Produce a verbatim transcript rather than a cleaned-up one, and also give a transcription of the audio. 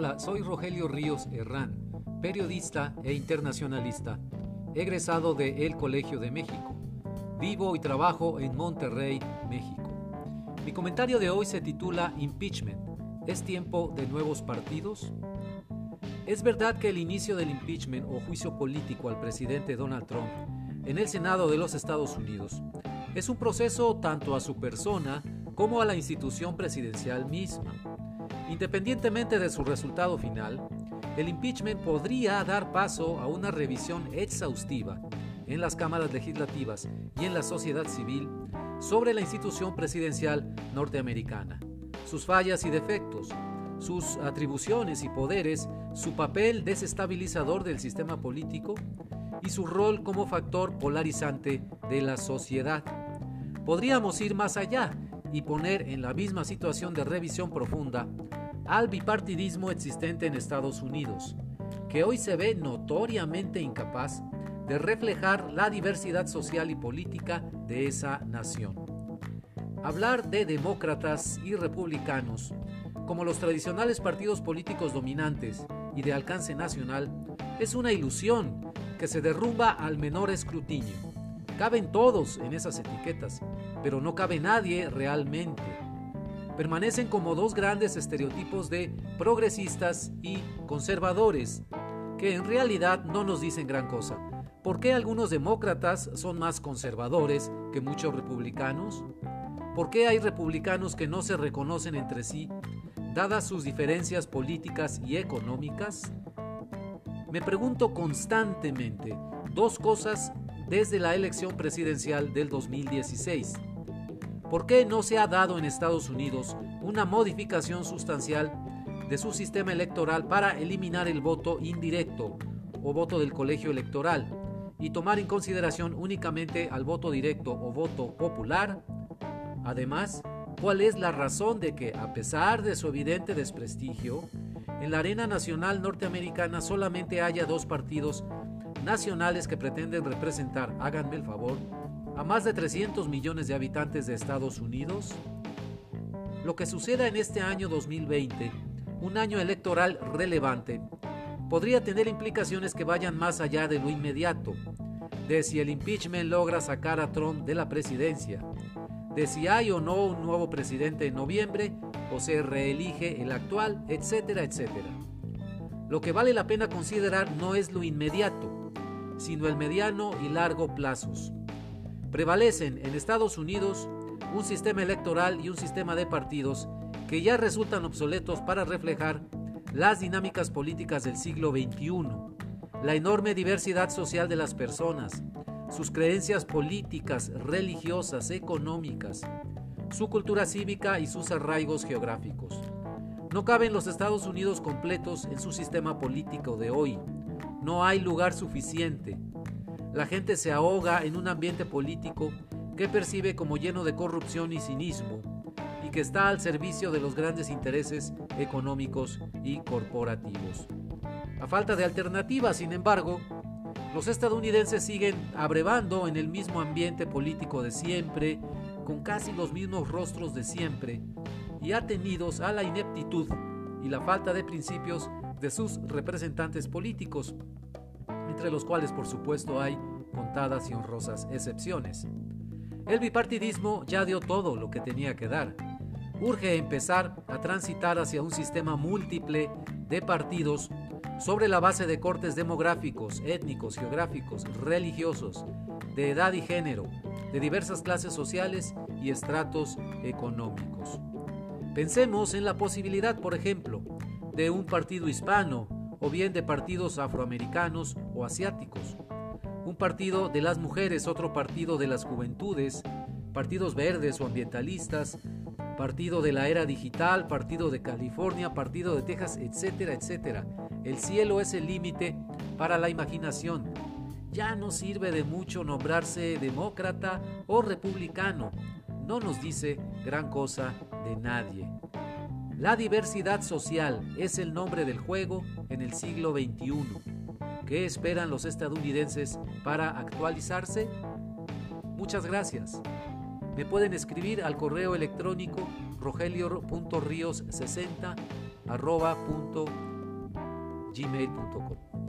Hola, soy Rogelio Ríos Herrán, periodista e internacionalista, egresado de El Colegio de México. Vivo y trabajo en Monterrey, México. Mi comentario de hoy se titula Impeachment. ¿Es tiempo de nuevos partidos? Es verdad que el inicio del impeachment o juicio político al presidente Donald Trump en el Senado de los Estados Unidos es un proceso tanto a su persona como a la institución presidencial misma. Independientemente de su resultado final, el impeachment podría dar paso a una revisión exhaustiva en las cámaras legislativas y en la sociedad civil sobre la institución presidencial norteamericana, sus fallas y defectos, sus atribuciones y poderes, su papel desestabilizador del sistema político y su rol como factor polarizante de la sociedad. Podríamos ir más allá y poner en la misma situación de revisión profunda al bipartidismo existente en Estados Unidos, que hoy se ve notoriamente incapaz de reflejar la diversidad social y política de esa nación. Hablar de demócratas y republicanos como los tradicionales partidos políticos dominantes y de alcance nacional es una ilusión que se derrumba al menor escrutinio. Caben todos en esas etiquetas, pero no cabe nadie realmente. Permanecen como dos grandes estereotipos de progresistas y conservadores, que en realidad no nos dicen gran cosa. ¿Por qué algunos demócratas son más conservadores que muchos republicanos? ¿Por qué hay republicanos que no se reconocen entre sí, dadas sus diferencias políticas y económicas? Me pregunto constantemente dos cosas desde la elección presidencial del dos mil dieciséis. ¿Por qué no se ha dado en Estados Unidos una modificación sustancial de su sistema electoral para eliminar el voto indirecto o voto del colegio electoral y tomar en consideración únicamente al voto directo o voto popular? Además, ¿cuál es la razón de que, a pesar de su evidente desprestigio, en la arena nacional norteamericana solamente haya dos partidos nacionales que pretenden representar, háganme el favor, a más de trescientos millones de habitantes de Estados Unidos? Lo que suceda en este año dos mil veinte, un año electoral relevante, podría tener implicaciones que vayan más allá de lo inmediato, de si el impeachment logra sacar a Trump de la presidencia, de si hay o no un nuevo presidente en noviembre o se reelige el actual, etcétera, etcétera. Lo que vale la pena considerar no es lo inmediato, sino el mediano y largo plazos. Prevalecen en Estados Unidos un sistema electoral y un sistema de partidos que ya resultan obsoletos para reflejar las dinámicas políticas del siglo veintiuno, la enorme diversidad social de las personas, sus creencias políticas, religiosas, económicas, su cultura cívica y sus arraigos geográficos. No caben los Estados Unidos completos en su sistema político de hoy. No hay lugar suficiente. La gente se ahoga en un ambiente político que percibe como lleno de corrupción y cinismo y que está al servicio de los grandes intereses económicos y corporativos. A falta de alternativas, sin embargo, los estadounidenses siguen abrevando en el mismo ambiente político de siempre, con casi los mismos rostros de siempre, y atenidos a la ineptitud y la falta de principios de sus representantes políticos, entre los cuales por supuesto hay contadas y honrosas excepciones. El bipartidismo ya dio todo lo que tenía que dar. Urge empezar a transitar hacia un sistema múltiple de partidos sobre la base de cortes demográficos, étnicos, geográficos, religiosos, de edad y género, de diversas clases sociales y estratos económicos. Pensemos en la posibilidad, por ejemplo, de un partido hispano o bien de partidos afroamericanos o asiáticos, un partido de las mujeres, otro partido de las juventudes, partidos verdes o ambientalistas, partido de la era digital, partido de California, partido de Texas, etcétera, etcétera. El cielo es el límite para la imaginación. Ya no sirve de mucho nombrarse demócrata o republicano. No nos dice gran cosa de nadie. La diversidad social es el nombre del juego en el siglo veintiuno. ¿Qué esperan los estadounidenses para actualizarse? Muchas gracias. Me pueden escribir al correo electrónico rogelio punto rios sesenta arroba punto gmail punto com.